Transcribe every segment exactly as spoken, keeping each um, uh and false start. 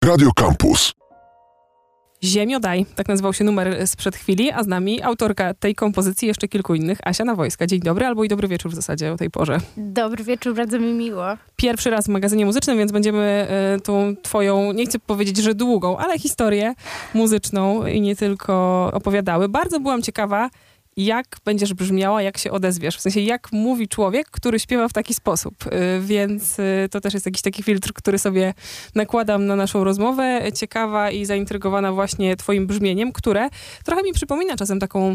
Radio Campus. Ziemio daj, tak nazywał się numer sprzed chwili, a z nami autorka tej kompozycji, jeszcze kilku innych, Asia Nawojska. Dzień dobry, albo i dobry wieczór w zasadzie o tej porze. Dobry wieczór, bardzo mi miło. Pierwszy raz w magazynie muzycznym, więc będziemy y, tą twoją, nie chcę powiedzieć, że długą, ale historię muzyczną i nie tylko opowiadały. Bardzo byłam ciekawa, jak będziesz brzmiała, jak się odezwiesz. W sensie, jak mówi człowiek, który śpiewa w taki sposób. Y, więc y, to też jest jakiś taki filtr, który sobie nakładam na naszą rozmowę. Ciekawa i zaintrygowana właśnie twoim brzmieniem, które trochę mi przypomina czasem taką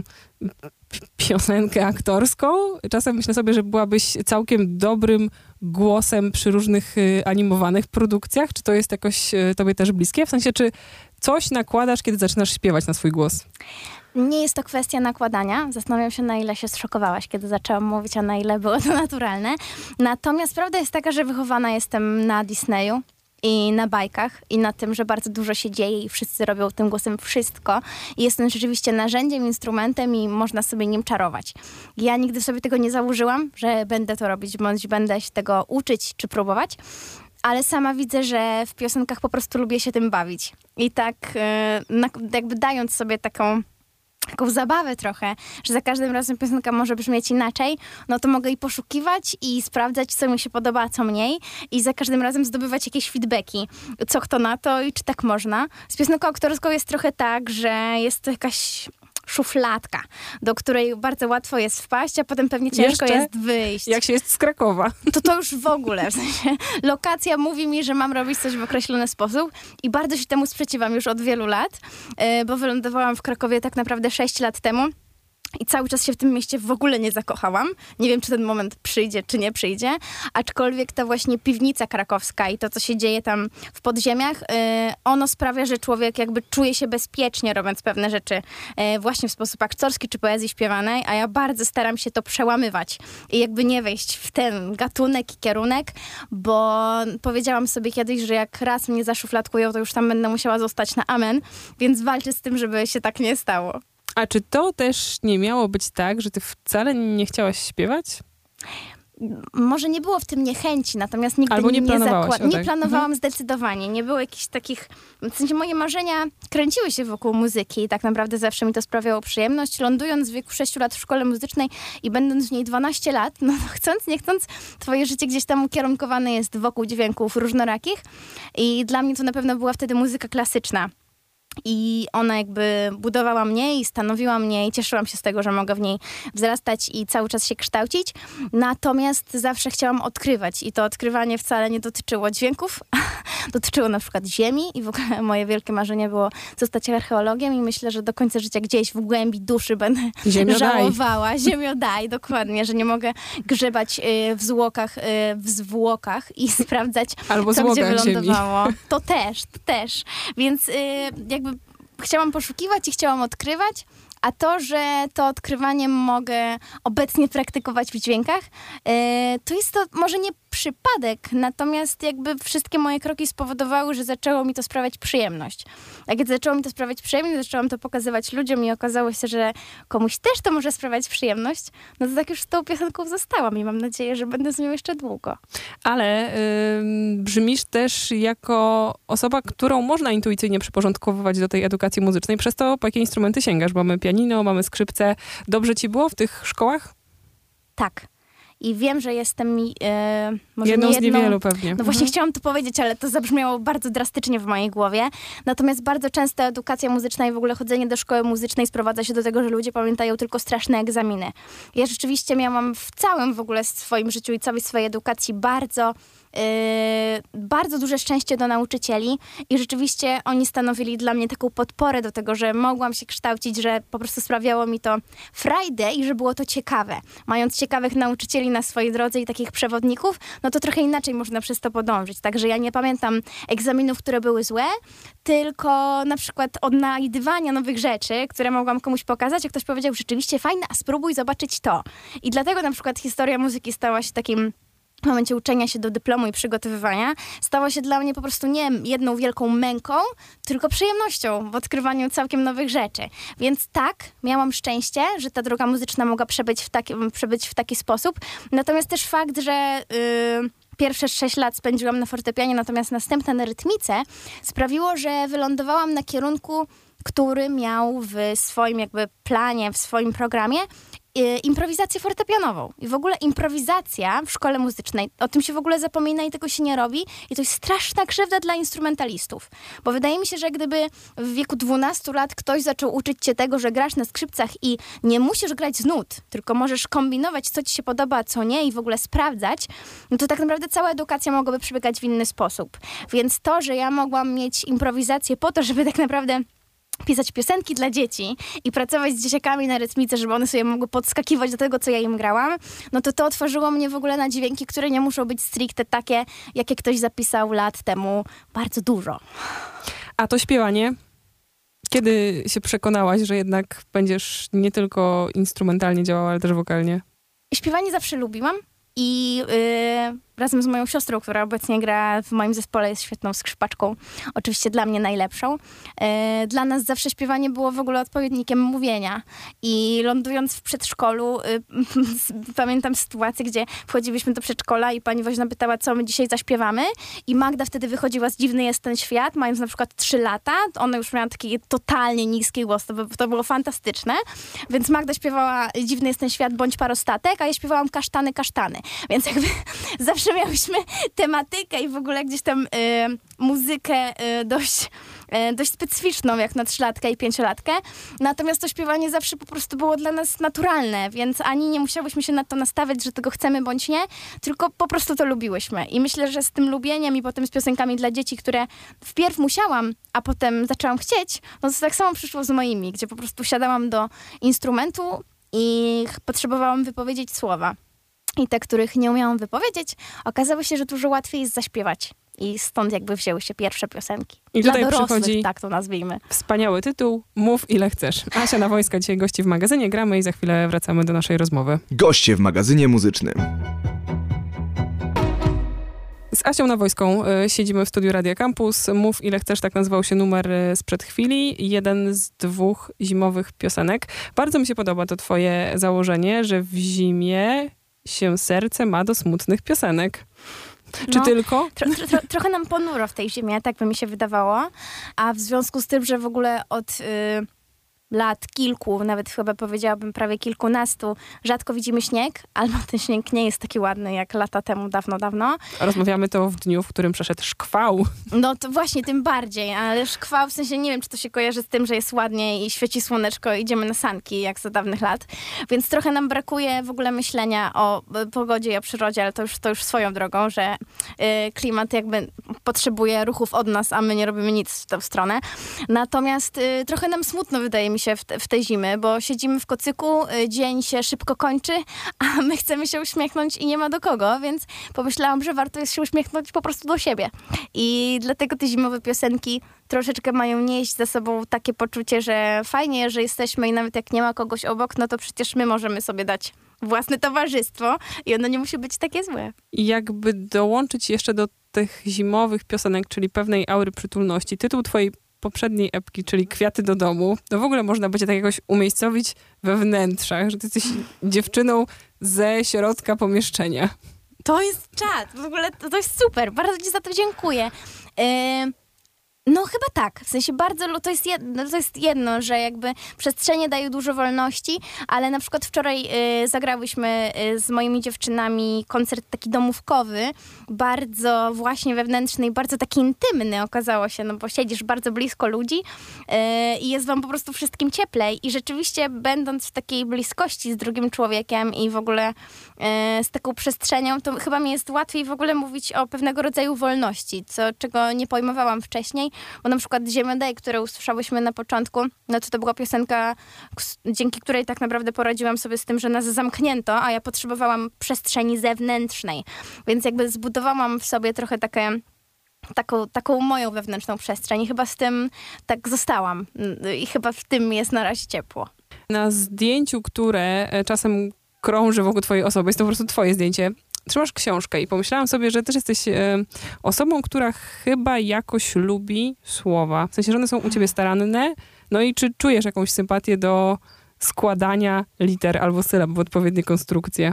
piosenkę aktorską. Czasem myślę sobie, że byłabyś całkiem dobrym głosem przy różnych y, animowanych produkcjach. Czy to jest jakoś y, tobie też bliskie? W sensie, czy coś nakładasz, kiedy zaczynasz śpiewać na swój głos? Nie jest to kwestia nakładania. Zastanawiam się, na ile się zszokowałaś, kiedy zaczęłam mówić, a na ile było to naturalne. Natomiast prawda jest taka, że wychowana jestem na Disneyu i na bajkach i na tym, że bardzo dużo się dzieje i wszyscy robią tym głosem wszystko. I jest on rzeczywiście narzędziem, instrumentem i można sobie nim czarować. Ja nigdy sobie tego nie założyłam, że będę to robić, bądź będę się tego uczyć czy próbować. Ale sama widzę, że w piosenkach po prostu lubię się tym bawić. I tak yy, jakby dając sobie taką taką zabawę trochę, że za każdym razem piosenka może brzmieć inaczej, no to mogę i poszukiwać i sprawdzać, co mi się podoba, a co mniej i za każdym razem zdobywać jakieś feedbacki, co kto na to i czy tak można. Z piosenką aktorską jest trochę tak, że jest to jakaś szufladka, do której bardzo łatwo jest wpaść, a potem pewnie ciężko Jeszcze? jest wyjść. Jak się jest z Krakowa. To to już w ogóle, w sensie lokacja mówi mi, że mam robić coś w określony sposób i bardzo się temu sprzeciwam już od wielu lat, bo wylądowałam w Krakowie tak naprawdę sześć lat temu. I cały czas się w tym mieście w ogóle nie zakochałam. Nie wiem, czy ten moment przyjdzie, czy nie przyjdzie. Aczkolwiek ta właśnie piwnica krakowska i to, co się dzieje tam w podziemiach, yy, ono sprawia, że człowiek jakby czuje się bezpiecznie, robiąc pewne rzeczy yy, właśnie w sposób aktorski czy poezji śpiewanej, a ja bardzo staram się to przełamywać i jakby nie wejść w ten gatunek i kierunek, bo powiedziałam sobie kiedyś, że jak raz mnie zaszufladkują, to już tam będę musiała zostać na amen, więc walczę z tym, żeby się tak nie stało. A czy to też nie miało być tak, że ty wcale nie chciałaś śpiewać? Może nie było w tym niechęci, natomiast nigdy Albo nie, nie, planowałaś, zakła- nie tak. planowałam mhm. zdecydowanie. Nie było jakichś takich... W sensie moje marzenia kręciły się wokół muzyki i tak naprawdę zawsze mi to sprawiało przyjemność. Lądując w wieku sześciu lat w szkole muzycznej i będąc w niej dwanaście lat, no chcąc, nie chcąc, twoje życie gdzieś tam ukierunkowane jest wokół dźwięków różnorakich i dla mnie to na pewno była wtedy muzyka klasyczna. I ona jakby budowała mnie i stanowiła mnie i cieszyłam się z tego, że mogę w niej wzrastać i cały czas się kształcić. Natomiast zawsze chciałam odkrywać i to odkrywanie wcale nie dotyczyło dźwięków, dotyczyło na przykład ziemi i w ogóle moje wielkie marzenie było zostać archeologiem i myślę, że do końca życia gdzieś w głębi duszy będę Ziemio żałowała. daj. Ziemio daj, dokładnie, że nie mogę grzebać w zwłokach, w zwłokach i sprawdzać, Albo co gdzie zwłokach wylądowało. ziemi. To też, to też. Więc jakby chciałam poszukiwać i chciałam odkrywać, a to, że to odkrywanie mogę obecnie praktykować w dźwiękach, yy, to jest to może nie przypadek, natomiast jakby wszystkie moje kroki spowodowały, że zaczęło mi to sprawiać przyjemność. A kiedy zaczęło mi to sprawiać przyjemność, zaczęłam to pokazywać ludziom i okazało się, że komuś też to może sprawiać przyjemność, no to tak już z tą piosenką zostałam i mam nadzieję, że będę z nią jeszcze długo. Ale yy, brzmisz też jako osoba, którą można intuicyjnie przyporządkowywać do tej edukacji muzycznej, przez to, po jakie instrumenty sięgasz. Mamy pianino, mamy skrzypce. Dobrze ci było w tych szkołach? Tak. I wiem, że jestem yy, może jedną nie z jedną, niewielu pewnie. No mhm. właśnie chciałam to powiedzieć, ale to zabrzmiało bardzo drastycznie w mojej głowie. Natomiast bardzo często edukacja muzyczna i w ogóle chodzenie do szkoły muzycznej sprowadza się do tego, że ludzie pamiętają tylko straszne egzaminy. Ja rzeczywiście miałam w całym w ogóle swoim życiu i całej swojej edukacji bardzo Yy, bardzo duże szczęście do nauczycieli i rzeczywiście oni stanowili dla mnie taką podporę do tego, że mogłam się kształcić, że po prostu sprawiało mi to frajdę i że było to ciekawe. Mając ciekawych nauczycieli na swojej drodze i takich przewodników, no to trochę inaczej można przez to podążyć. Także ja nie pamiętam egzaminów, które były złe, tylko na przykład odnajdywania nowych rzeczy, które mogłam komuś pokazać, a ktoś powiedział, rzeczywiście fajne, a spróbuj zobaczyć to. I dlatego na przykład historia muzyki stała się takim w momencie uczenia się do dyplomu i przygotowywania, stało się dla mnie po prostu nie jedną wielką męką, tylko przyjemnością w odkrywaniu całkiem nowych rzeczy. Więc tak, miałam szczęście, że ta droga muzyczna mogła przebyć w taki, przebyć w taki sposób. Natomiast też fakt, że yy, pierwsze sześć lat spędziłam na fortepianie, natomiast następne na rytmice, sprawiło, że wylądowałam na kierunku, który miał w swoim jakby planie, w swoim programie improwizację fortepianową. I w ogóle improwizacja w szkole muzycznej, o tym się w ogóle zapomina i tego się nie robi. I to jest straszna krzywda dla instrumentalistów. Bo wydaje mi się, że gdyby w wieku dwunastu lat ktoś zaczął uczyć cię tego, że grasz na skrzypcach i nie musisz grać z nut, tylko możesz kombinować, co ci się podoba, a co nie i w ogóle sprawdzać, no to tak naprawdę cała edukacja mogłaby przebiegać w inny sposób. Więc to, że ja mogłam mieć improwizację po to, żeby tak naprawdę pisać piosenki dla dzieci i pracować z dzieciakami na rytmice, żeby one sobie mogły podskakiwać do tego, co ja im grałam, no to to otworzyło mnie w ogóle na dźwięki, które nie muszą być stricte takie, jakie ktoś zapisał lat temu bardzo dużo. A to śpiewanie? Kiedy się przekonałaś, że jednak będziesz nie tylko instrumentalnie działała, ale też wokalnie? Śpiewanie zawsze lubiłam i yy, razem z moją siostrą, która obecnie gra w moim zespole, jest świetną skrzypaczką. Oczywiście dla mnie najlepszą. Yy, dla nas zawsze śpiewanie było w ogóle odpowiednikiem mówienia. I lądując w przedszkolu, yy, pamiętam sytuację, gdzie wchodziliśmy do przedszkola i pani woźna pytała, co my dzisiaj zaśpiewamy. I Magda wtedy wychodziła z Dziwny jest ten świat, mając na przykład trzy lata. Ona już miała taki totalnie niski głos. To, to było fantastyczne. Więc Magda śpiewała Dziwny jest ten świat, bądź parostatek, a ja śpiewałam Kasztany, kasztany. Więc jakby zawsze miałyśmy tematykę i w ogóle gdzieś tam y, muzykę y, dość, y, dość specyficzną, jak na trzylatkę i pięciolatkę. Natomiast to śpiewanie zawsze po prostu było dla nas naturalne, więc ani nie musiałyśmy się na to nastawiać, że tego chcemy bądź nie, tylko po prostu to lubiłyśmy. I myślę, że z tym lubieniem i potem z piosenkami dla dzieci, które wpierw musiałam, a potem zaczęłam chcieć, no to tak samo przyszło z moimi, gdzie po prostu siadałam do instrumentu i potrzebowałam wypowiedzieć słowa. I te, których nie umiałam wypowiedzieć, okazało się, że dużo łatwiej jest zaśpiewać. I stąd jakby wzięły się pierwsze piosenki. I dla tutaj dorosłych, przychodzi tak to nazwijmy. Wspaniały tytuł, Mów ile chcesz. Asia Nawojska dzisiaj gości w magazynie, gramy i za chwilę wracamy do naszej rozmowy. Goście w magazynie muzycznym. Z Asią Nawojską y, siedzimy w studiu Radia Campus. Mów ile chcesz, tak nazywał się numer y, sprzed chwili. Jeden z dwóch zimowych piosenek. Bardzo mi się podoba to twoje założenie, że w zimie się serce ma do smutnych piosenek. Czy no, tylko? Tro, tro, trochę nam ponuro w tej zimie, tak by mi się wydawało. A w związku z tym, że w ogóle od y, lat kilku, nawet chyba powiedziałabym prawie kilkunastu, rzadko widzimy śnieg, albo ten śnieg nie jest taki ładny jak lata temu, dawno, dawno. Rozmawiamy to w dniu, w którym przeszedł szkwał. No to właśnie, tym bardziej, ale szkwał, w sensie nie wiem, czy to się kojarzy z tym, że jest ładnie i świeci słoneczko i idziemy na sanki, jak za dawnych lat. Więc trochę nam brakuje w ogóle myślenia o pogodzie i o przyrodzie, ale to już, to już swoją drogą, że y, klimat jakby potrzebuje ruchów od nas, a my nie robimy nic w tę stronę. Natomiast y, trochę nam smutno wydaje mi się w, te, w tej zimy, bo siedzimy w kocyku, y, dzień się szybko kończy, a my chcemy się uśmiechnąć i nie ma do kogo, więc pomyślałam, że warto jest się uśmiechnąć po prostu do siebie. I dlatego te zimowe piosenki troszeczkę mają nieść za sobą takie poczucie, że fajnie, że jesteśmy i nawet jak nie ma kogoś obok, no to przecież my możemy sobie dać własne towarzystwo i ono nie musi być takie złe. I jakby dołączyć jeszcze do tych zimowych piosenek, czyli pewnej aury przytulności, tytuł twojej poprzedniej epki, czyli Kwiaty do domu, to w ogóle można będzie tak jakoś umiejscowić we wnętrzach, że ty jesteś dziewczyną ze środka pomieszczenia. To jest czad. W ogóle to, to jest super. Bardzo ci za to dziękuję. Yy... No chyba tak, w sensie bardzo, to jest, jedno, to jest jedno, że jakby przestrzenie dają dużo wolności, ale na przykład wczoraj y, zagrałyśmy y, z moimi dziewczynami koncert taki domówkowy, bardzo właśnie wewnętrzny i bardzo taki intymny okazało się, no bo siedzisz bardzo blisko ludzi y, i jest wam po prostu wszystkim cieplej i rzeczywiście będąc w takiej bliskości z drugim człowiekiem i w ogóle y, z taką przestrzenią, to chyba mi jest łatwiej w ogóle mówić o pewnego rodzaju wolności, co, czego nie pojmowałam wcześniej. Bo na przykład Ziemię Dej, które usłyszałyśmy na początku, no to to była piosenka, dzięki której tak naprawdę poradziłam sobie z tym, że nas zamknięto, a ja potrzebowałam przestrzeni zewnętrznej. Więc jakby zbudowałam w sobie trochę takie, taką, taką moją wewnętrzną przestrzeń i chyba z tym tak zostałam. I chyba w tym jest na razie ciepło. Na zdjęciu, które czasem krąży wokół twojej osoby, jest to po prostu twoje zdjęcie, trzymasz książkę i pomyślałam sobie, że też jesteś e, osobą, która chyba jakoś lubi słowa. W sensie, że one są u ciebie staranne. No i czy czujesz jakąś sympatię do składania liter albo sylab w odpowiednie konstrukcje?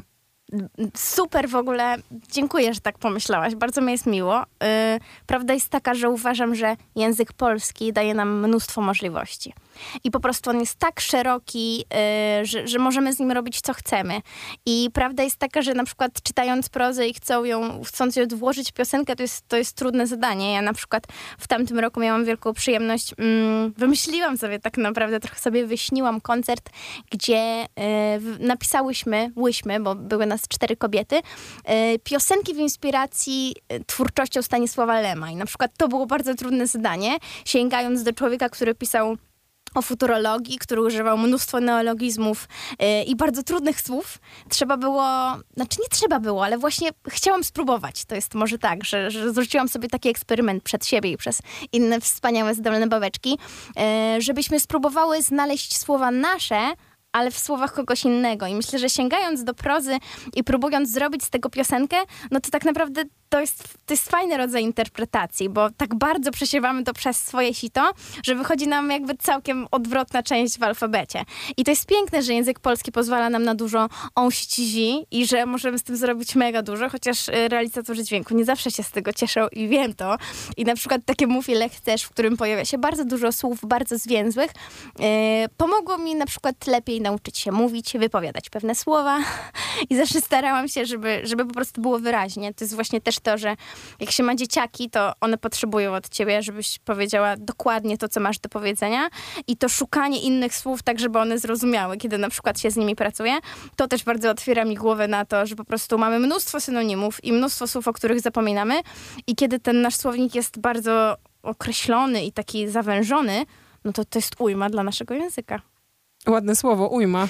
Super w ogóle. Dziękuję, że tak pomyślałaś. Bardzo mi jest miło. Yy, prawda jest taka, że uważam, że język polski daje nam mnóstwo możliwości. I po prostu on jest tak szeroki, yy, że, że możemy z nim robić, co chcemy. I prawda jest taka, że na przykład czytając prozę i chcą ją, chcąc ją włożyć w piosenkę, to jest, to jest trudne zadanie. Ja na przykład w tamtym roku miałam wielką przyjemność. Mm, wymyśliłam sobie tak naprawdę, trochę sobie wyśniłam koncert, gdzie yy, napisałyśmy, łyśmy, bo były nas cztery kobiety, yy, piosenki w inspiracji yy, twórczością Stanisława Lema. I na przykład to było bardzo trudne zadanie, sięgając do człowieka, który pisał o futurologii, który używał mnóstwo neologizmów yy, i bardzo trudnych słów. Trzeba było, znaczy nie trzeba było, ale właśnie chciałam spróbować. To jest może tak, że, że zrzuciłam sobie taki eksperyment przed siebie i przez inne wspaniałe, zdolne babeczki, yy, żebyśmy spróbowały znaleźć słowa nasze, ale w słowach kogoś innego. I myślę, że sięgając do prozy i próbując zrobić z tego piosenkę, no to tak naprawdę to jest, to jest fajny rodzaj interpretacji, bo tak bardzo przesiewamy to przez swoje sito, że wychodzi nam jakby całkiem odwrotna część w alfabecie. I to jest piękne, że język polski pozwala nam na dużo on-si-ci-zi i że możemy z tym zrobić mega dużo, chociaż realizatorzy dźwięku nie zawsze się z tego cieszą i wiem to. I na przykład takie Mów ile chcesz, w którym pojawia się bardzo dużo słów bardzo zwięzłych, yy, pomogło mi na przykład lepiej nauczyć się mówić, wypowiadać pewne słowa i zawsze starałam się, żeby, żeby po prostu było wyraźnie. To jest właśnie też to, że jak się ma dzieciaki, to one potrzebują od ciebie, żebyś powiedziała dokładnie to, co masz do powiedzenia i to szukanie innych słów tak, żeby one zrozumiały, kiedy na przykład się z nimi pracuje, to też bardzo otwiera mi głowę na to, że po prostu mamy mnóstwo synonimów i mnóstwo słów, o których zapominamy i kiedy ten nasz słownik jest bardzo określony i taki zawężony, no to to jest ujma dla naszego języka. Ładne słowo, ujma.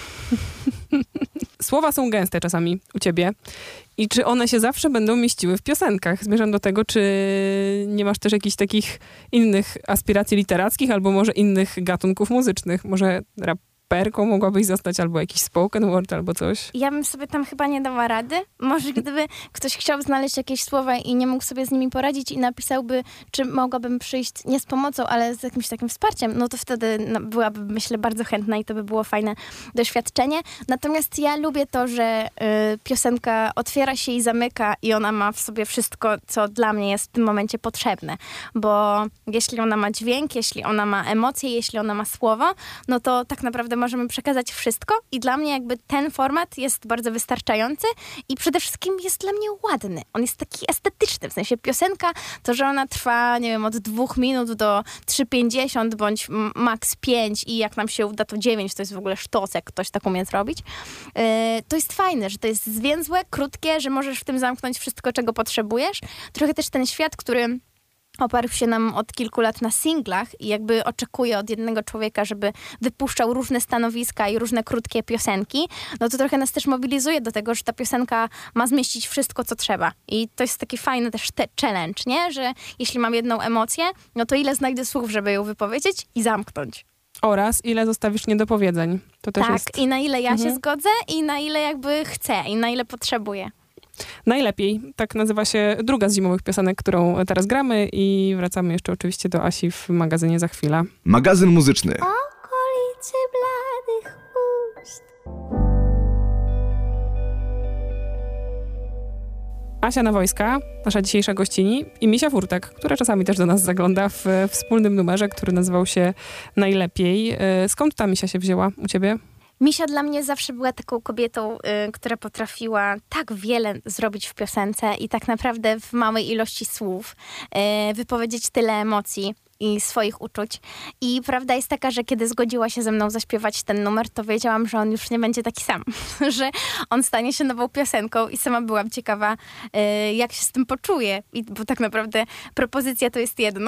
Słowa są gęste czasami u ciebie. I czy one się zawsze będą mieściły w piosenkach? Zmierzam do tego, czy nie masz też jakichś takich innych aspiracji literackich, albo może innych gatunków muzycznych? Może raperką mogłabyś zostać, albo jakiś spoken word, albo coś? Ja bym sobie tam chyba nie dała rady. Może gdyby ktoś chciał znaleźć jakieś słowa i nie mógł sobie z nimi poradzić i napisałby, czy mogłabym przyjść nie z pomocą, ale z jakimś takim wsparciem, no to wtedy no, byłabym, myślę, bardzo chętna i to by było fajne doświadczenie. Natomiast ja lubię to, że y, piosenka otwiera się i zamyka i ona ma w sobie wszystko, co dla mnie jest w tym momencie potrzebne. Bo jeśli ona ma dźwięk, jeśli ona ma emocje, jeśli ona ma słowo, no to tak naprawdę możemy przekazać wszystko i dla mnie jakby ten format jest bardzo wystarczający i przede wszystkim jest dla mnie ładny. On jest taki estetyczny, w sensie piosenka, to, że ona trwa, nie wiem, od dwóch minut do trzy pięćdziesiąt bądź maks pięć i jak nam się uda to dziewięć, to jest w ogóle sztos, jak ktoś tak umie zrobić. Yy, to jest fajne, że to jest zwięzłe, krótkie, że możesz w tym zamknąć wszystko, czego potrzebujesz. Trochę też ten świat, który oparł się nam od kilku lat na singlach i jakby oczekuje od jednego człowieka, żeby wypuszczał różne stanowiska i różne krótkie piosenki, no to trochę nas też mobilizuje do tego, że ta piosenka ma zmieścić wszystko, co trzeba. I to jest taki fajny też te challenge, nie? Że jeśli mam jedną emocję, no to ile znajdę słów, żeby ją wypowiedzieć i zamknąć. Oraz ile zostawisz niedopowiedzeń. To też tak, jest... i na ile ja mhm. się zgodzę i na ile jakby chcę i na ile potrzebuję. Najlepiej. Tak nazywa się druga z zimowych piosenek, którą teraz gramy i wracamy jeszcze oczywiście do Asi w magazynie za chwilę. Magazyn muzyczny. Okolicy bladych ust. Asia Nawojska, nasza dzisiejsza gościni, i Misia Furtek, która czasami też do nas zagląda w wspólnym numerze, który nazywał się Najlepiej. Skąd ta Misia się wzięła u ciebie? Misia dla mnie zawsze była taką kobietą, y, która potrafiła tak wiele zrobić w piosence i tak naprawdę w małej ilości słów y, wypowiedzieć tyle emocji i swoich uczuć. I prawda jest taka, że kiedy zgodziła się ze mną zaśpiewać ten numer, to wiedziałam, że on już nie będzie taki sam. Że on stanie się nową piosenką i sama byłam ciekawa, y, jak się z tym poczuje. I, bo tak naprawdę propozycja to jest jedno,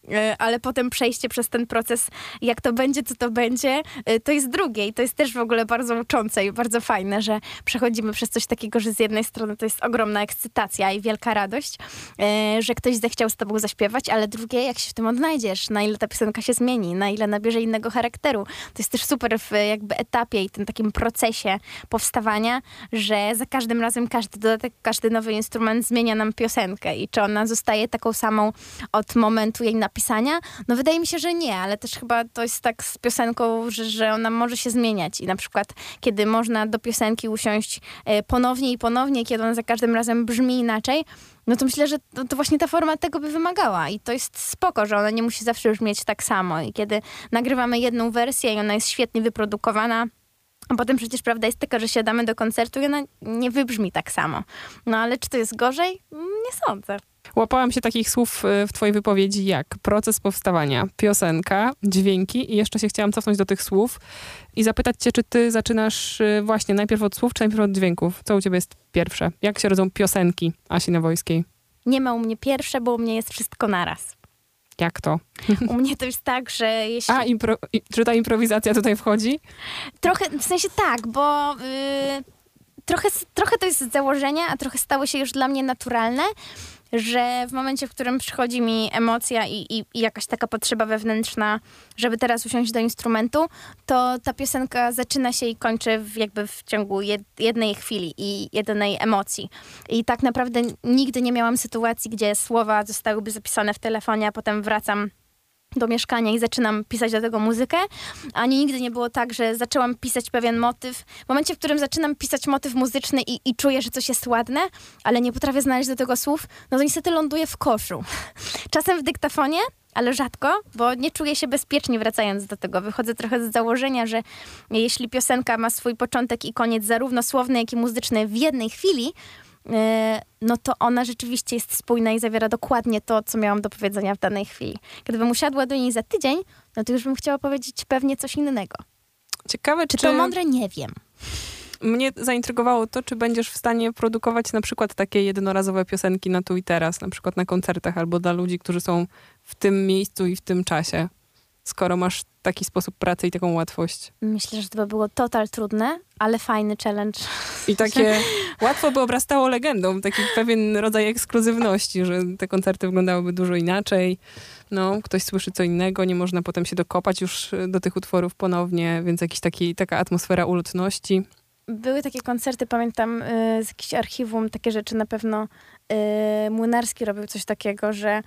ale potem przejście przez ten proces, jak to będzie, co to będzie, to jest drugie i to jest też w ogóle bardzo uczące i bardzo fajne, że przechodzimy przez coś takiego, że z jednej strony to jest ogromna ekscytacja i wielka radość, że ktoś zechciał z tobą zaśpiewać, ale drugie, jak się w tym odnajdziesz, na ile ta piosenka się zmieni, na ile nabierze innego charakteru. To jest też super w jakby etapie i tym takim procesie powstawania, że za każdym razem każdy dodatek, każdy nowy instrument zmienia nam piosenkę i czy ona zostaje taką samą od momentu jej napisania? No wydaje mi się, że nie, ale też chyba to jest tak z piosenką, że, że ona może się zmieniać i na przykład kiedy można do piosenki usiąść ponownie i ponownie, kiedy ona za każdym razem brzmi inaczej, no to myślę, że to, to właśnie ta forma tego by wymagała i to jest spoko, że ona nie musi zawsze brzmieć tak samo i kiedy nagrywamy jedną wersję i ona jest świetnie wyprodukowana, a potem przecież prawda jest taka, że siadamy do koncertu i ona nie wybrzmi tak samo. No ale czy to jest gorzej? Nie sądzę. Łapałam się takich słów w twojej wypowiedzi jak proces powstawania, piosenka, dźwięki i jeszcze się chciałam cofnąć do tych słów i zapytać cię, czy ty zaczynasz właśnie najpierw od słów, czy najpierw od dźwięków? Co u ciebie jest pierwsze? Jak się rodzą piosenki Asi Nawojskiej? Nie ma u mnie pierwsze, bo u mnie jest wszystko naraz. Jak to? U mnie to jest tak, że jeśli... A, impro- i, czy ta improwizacja tutaj wchodzi? Trochę, w sensie tak, bo... Yy, trochę, trochę to jest z założenia, a trochę stało się już dla mnie naturalne, że w momencie, w którym przychodzi mi emocja i, i, i jakaś taka potrzeba wewnętrzna, żeby teraz usiąść do instrumentu, to ta piosenka zaczyna się i kończy w, jakby w ciągu jed, jednej chwili i jednej emocji. I tak naprawdę nigdy nie miałam sytuacji, gdzie słowa zostałyby zapisane w telefonie, a potem wracam do mieszkania i zaczynam pisać do tego muzykę, ani nigdy nie było tak, że zaczęłam pisać pewien motyw. W momencie, w którym zaczynam pisać motyw muzyczny i, i czuję, że coś jest ładne, ale nie potrafię znaleźć do tego słów, no to niestety ląduję w koszu. Czasem w dyktafonie, ale rzadko, bo nie czuję się bezpiecznie wracając do tego. Wychodzę trochę z założenia, że jeśli piosenka ma swój początek i koniec zarówno słowny, jak i muzyczny w jednej chwili, no to ona rzeczywiście jest spójna i zawiera dokładnie to, co miałam do powiedzenia w danej chwili. Gdybym usiadła do niej za tydzień, no to już bym chciała powiedzieć pewnie coś innego. Ciekawe, czy... czy... to mądre? Nie wiem. Mnie zaintrygowało to, czy będziesz w stanie produkować na przykład takie jednorazowe piosenki na tu i teraz, na przykład na koncertach albo dla ludzi, którzy są w tym miejscu i w tym czasie, skoro masz taki sposób pracy i taką łatwość. Myślę, że to by było total trudne, ale fajny challenge. I takie łatwo by obrastało legendą, taki pewien rodzaj ekskluzywności, że te koncerty wyglądałyby dużo inaczej. No, ktoś słyszy co innego, nie można potem się dokopać już do tych utworów ponownie, więc jakiś taki, taka atmosfera ulotności. Były takie koncerty, pamiętam y, z jakiegoś archiwum, takie rzeczy na pewno y, Młynarski robił coś takiego, że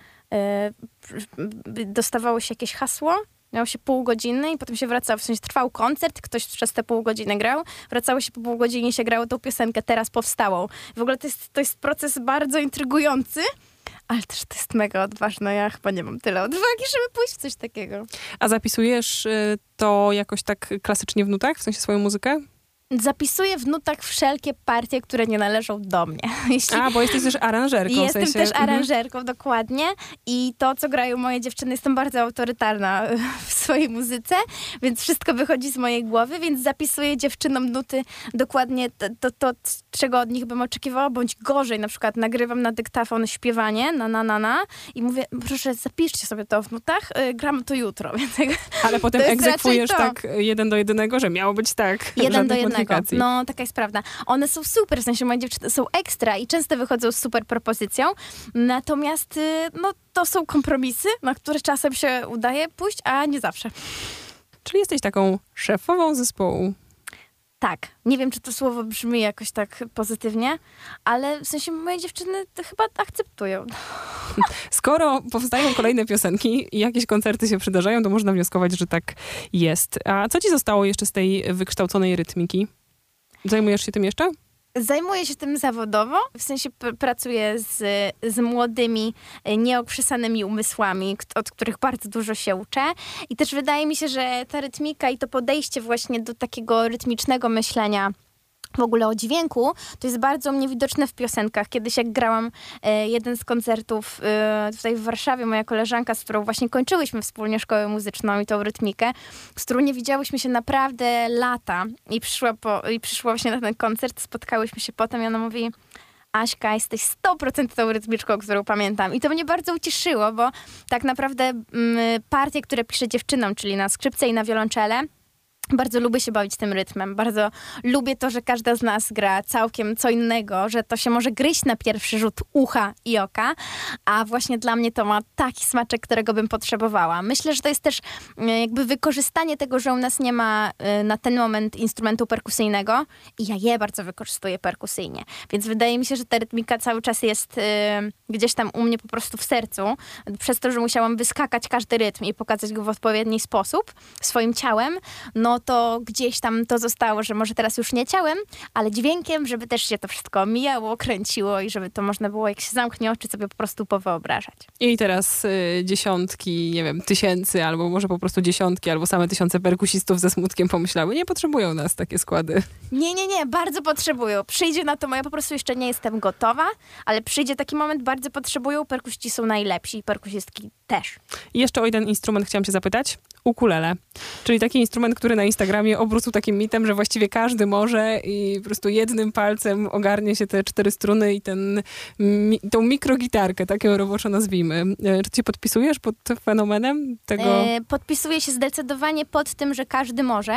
y, dostawało się jakieś hasło, miało się pół godziny i potem się wracało, w sensie trwał koncert, ktoś przez te pół godziny grał, wracało się po pół godzinie i się grało tą piosenkę teraz powstałą. W ogóle to jest, to jest proces bardzo intrygujący, ale też to jest mega odważne. Ja chyba nie mam tyle odwagi, żeby pójść w coś takiego. A zapisujesz y, to jakoś tak klasycznie w nutach, w sensie swoją muzykę? Zapisuję w nutach wszelkie partie, które nie należą do mnie. Jeśli... A, bo jesteś też aranżerką. Jestem w sensie... też aranżerką, mhm. dokładnie. I to, co grają moje dziewczyny, jestem bardzo autorytarna w swojej muzyce, więc wszystko wychodzi z mojej głowy, więc zapisuję dziewczynom nuty dokładnie to, to, to czego od nich bym oczekiwała, bądź gorzej. Na przykład nagrywam na dyktafon śpiewanie, na na na na i mówię, proszę, zapiszcie sobie to w nutach, yy, gram to jutro. Więc ale potem egzekwujesz tak jeden do jednego, że miało być tak. Jeden do jednego. No, taka jest prawda. One są super, w sensie moje dziewczyny są ekstra i często wychodzą z super propozycją, natomiast no, to są kompromisy, na które czasem się udaje pójść, a nie zawsze. Czyli jesteś taką szefową zespołu. Tak. Nie wiem, czy to słowo brzmi jakoś tak pozytywnie, ale w sensie moje dziewczyny to chyba akceptują. Skoro powstają kolejne piosenki i jakieś koncerty się przydarzają, to można wnioskować, że tak jest. A co ci zostało jeszcze z tej wykształconej rytmiki? Zajmujesz się tym jeszcze? Zajmuję się tym zawodowo, w sensie p- pracuję z, z młodymi, nieokrzesanymi umysłami, k- od których bardzo dużo się uczę. I też wydaje mi się, że ta rytmika i to podejście właśnie do takiego rytmicznego myślenia w ogóle o dźwięku, to jest bardzo u mnie widoczne w piosenkach. Kiedyś jak grałam e, jeden z koncertów e, tutaj w Warszawie, moja koleżanka, z którą właśnie kończyłyśmy wspólnie szkołę muzyczną i tą rytmikę, z którą nie widziałyśmy się naprawdę lata i przyszła, po, i przyszła właśnie na ten koncert, spotkałyśmy się potem i ona mówi, Aśka, jesteś sto procent tą rytmiczką, którą pamiętam. I to mnie bardzo ucieszyło, bo tak naprawdę mm, partie, które piszę dziewczynom, czyli na skrzypce i na wiolonczele, bardzo lubię się bawić tym rytmem. Bardzo lubię to, że każda z nas gra całkiem co innego, że to się może gryźć na pierwszy rzut ucha i oka, a właśnie dla mnie to ma taki smaczek, którego bym potrzebowała. Myślę, że to jest też jakby wykorzystanie tego, że u nas nie ma na ten moment instrumentu perkusyjnego i ja je bardzo wykorzystuję perkusyjnie. Więc wydaje mi się, że ta rytmika cały czas jest gdzieś tam u mnie po prostu w sercu, przez to, że musiałam wyskakać każdy rytm i pokazać go w odpowiedni sposób swoim ciałem, no to gdzieś tam to zostało, że może teraz już nie ciałem, ale dźwiękiem, żeby też się to wszystko mijało, kręciło i żeby to można było, jak się zamknie oczy, sobie po prostu powyobrażać. I teraz y, dziesiątki, nie wiem, tysięcy, albo może po prostu dziesiątki, albo same tysiące perkusistów ze smutkiem pomyślały, nie potrzebują nas takie składy. Nie, nie, nie, bardzo potrzebują. Przyjdzie na to, ja po prostu jeszcze nie jestem gotowa, ale przyjdzie taki moment, bardzo potrzebują, perkusiści są najlepsi, perkusistki też. I jeszcze o jeden instrument chciałam cię zapytać. Ukulele. Czyli taki instrument, który na Instagramie obrócił takim mitem, że właściwie każdy może i po prostu jednym palcem ogarnie się te cztery struny i ten, mi, tą mikrogitarkę, tak ją roboczo nazwijmy. Czy ty się podpisujesz pod fenomenem tego? E, podpisuję się zdecydowanie pod tym, że każdy może,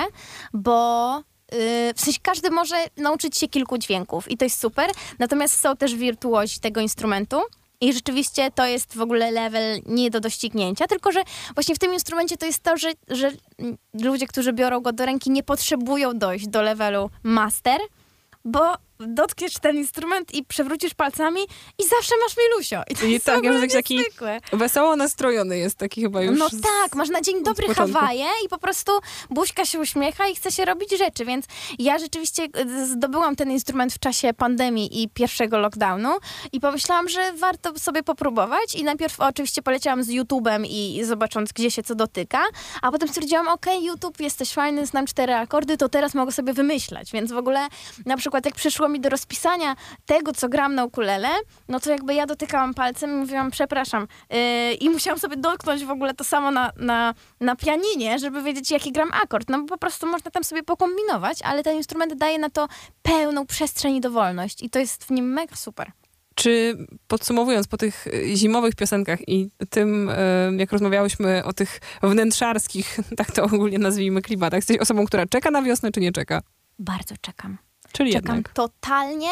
bo yy, w sensie każdy może nauczyć się kilku dźwięków i to jest super. Natomiast są też wirtuozi tego instrumentu. I rzeczywiście to jest w ogóle level nie do doścignięcia, tylko że właśnie w tym instrumencie to jest to, że, że ludzie, którzy biorą go do ręki, nie potrzebują dojść do levelu master, bo dotkniesz ten instrument i przewrócisz palcami i zawsze masz milusio. I to I jest tak, w ogóle taki niezwykłe. wesoło nastrojony jest taki chyba już. No z, tak, masz na dzień dobry Hawaje i po prostu buźka się uśmiecha i chce się robić rzeczy, więc ja rzeczywiście zdobyłam ten instrument w czasie pandemii i pierwszego lockdownu i pomyślałam, że warto sobie popróbować i najpierw oczywiście poleciałam z YouTube'em i zobacząc, gdzie się co dotyka, a potem stwierdziłam, okej, okay, YouTube, jesteś fajny, znam cztery akordy, to teraz mogę sobie wymyślać, więc w ogóle na przykład jak przyszło mi do rozpisania tego, co gram na ukulele, no to jakby ja dotykałam palcem i mówiłam, przepraszam. Yy, I musiałam sobie dotknąć w ogóle to samo na, na, na pianinie, żeby wiedzieć, jaki gram akord. No bo po prostu można tam sobie pokombinować, ale ten instrument daje na to pełną przestrzeń i dowolność. I to jest w nim mega super. Czy podsumowując po tych zimowych piosenkach i tym, jak rozmawiałyśmy o tych wnętrzarskich, tak to ogólnie nazwijmy, klimatach, jesteś osobą, która czeka na wiosnę, czy nie czeka? Bardzo czekam. Czyli Czekam jednak. totalnie,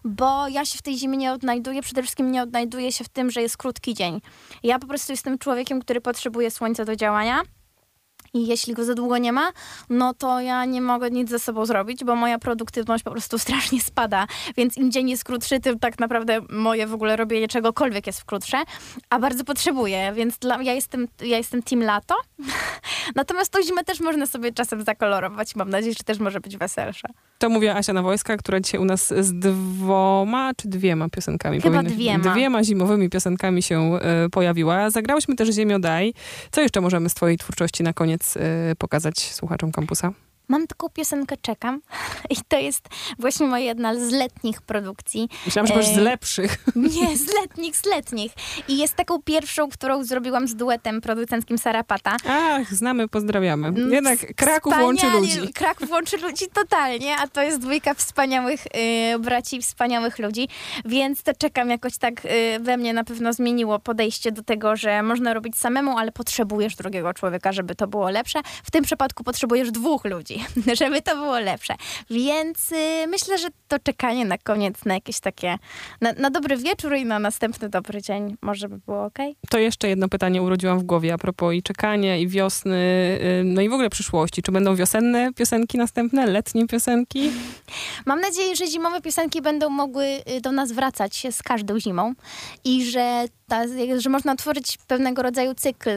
bo ja się w tej zimie nie odnajduję. Przede wszystkim nie odnajduję się w tym, że jest krótki dzień. Ja po prostu jestem człowiekiem, który potrzebuje słońca do działania. I jeśli go za długo nie ma, no to ja nie mogę nic ze sobą zrobić, bo moja produktywność po prostu strasznie spada. Więc im dzień jest krótszy, tym tak naprawdę moje w ogóle robienie czegokolwiek jest krótsze, a bardzo potrzebuję, więc dla, ja, jestem, ja jestem team lato. Natomiast tą zimę też można sobie czasem zakolorować. Mam nadzieję, że też może być weselsza. To mówiła Asia Nawojska, która dzisiaj u nas z dwoma czy dwiema piosenkami. Chyba powinny, dwiema. Dwiema zimowymi piosenkami się y, pojawiła. Zagrałyśmy też Ziemio Daj. Co jeszcze możemy z twojej twórczości na koniec y, pokazać słuchaczom Kampusa? Mam taką piosenkę Czekam i to jest właśnie moja jedna z letnich produkcji. Myślałam, że masz z lepszych. Nie, z letnich, z letnich. I jest taką pierwszą, którą zrobiłam z duetem producenckim Sarapata. Ach, znamy, pozdrawiamy. Jednak Kraków Wspaniali, łączy ludzi. Kraków łączy ludzi totalnie, a to jest dwójka wspaniałych y, braci, wspaniałych ludzi, więc to Czekam jakoś tak y, we mnie na pewno zmieniło podejście do tego, że można robić samemu, ale potrzebujesz drugiego człowieka, żeby to było lepsze. W tym przypadku potrzebujesz dwóch ludzi, żeby to było lepsze. Więc y, myślę, że to czekanie na koniec, na jakieś takie, na, na dobry wieczór i na następny dobry dzień może by było okej? Okay? To jeszcze jedno pytanie urodziłam w głowie a propos i czekania, i wiosny, y, no i w ogóle przyszłości. Czy będą wiosenne piosenki następne, letnie piosenki? Mam nadzieję, że zimowe piosenki będą mogły do nas wracać z każdą zimą i że, ta, że można tworzyć pewnego rodzaju cykl,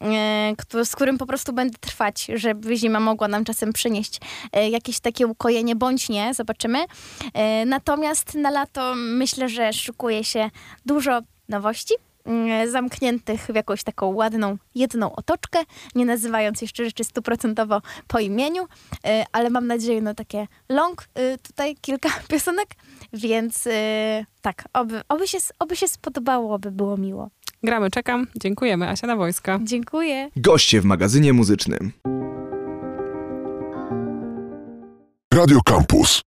e, z którym po prostu będę trwać, żeby zima mogła nam czasem przynieść e, jakieś takie ukojenie, bądź nie, zobaczymy. E, natomiast na lato myślę, że szykuje się dużo nowości, zamkniętych w jakąś taką ładną, jedną otoczkę, nie nazywając jeszcze rzeczy stuprocentowo po imieniu, ale mam nadzieję na takie long, tutaj kilka piosenek, więc tak, oby, oby, się, oby się spodobało, oby było miło. Gramy, czekam. Dziękujemy. Asia Nawojska. Dziękuję. Goście w magazynie muzycznym. Radio Campus.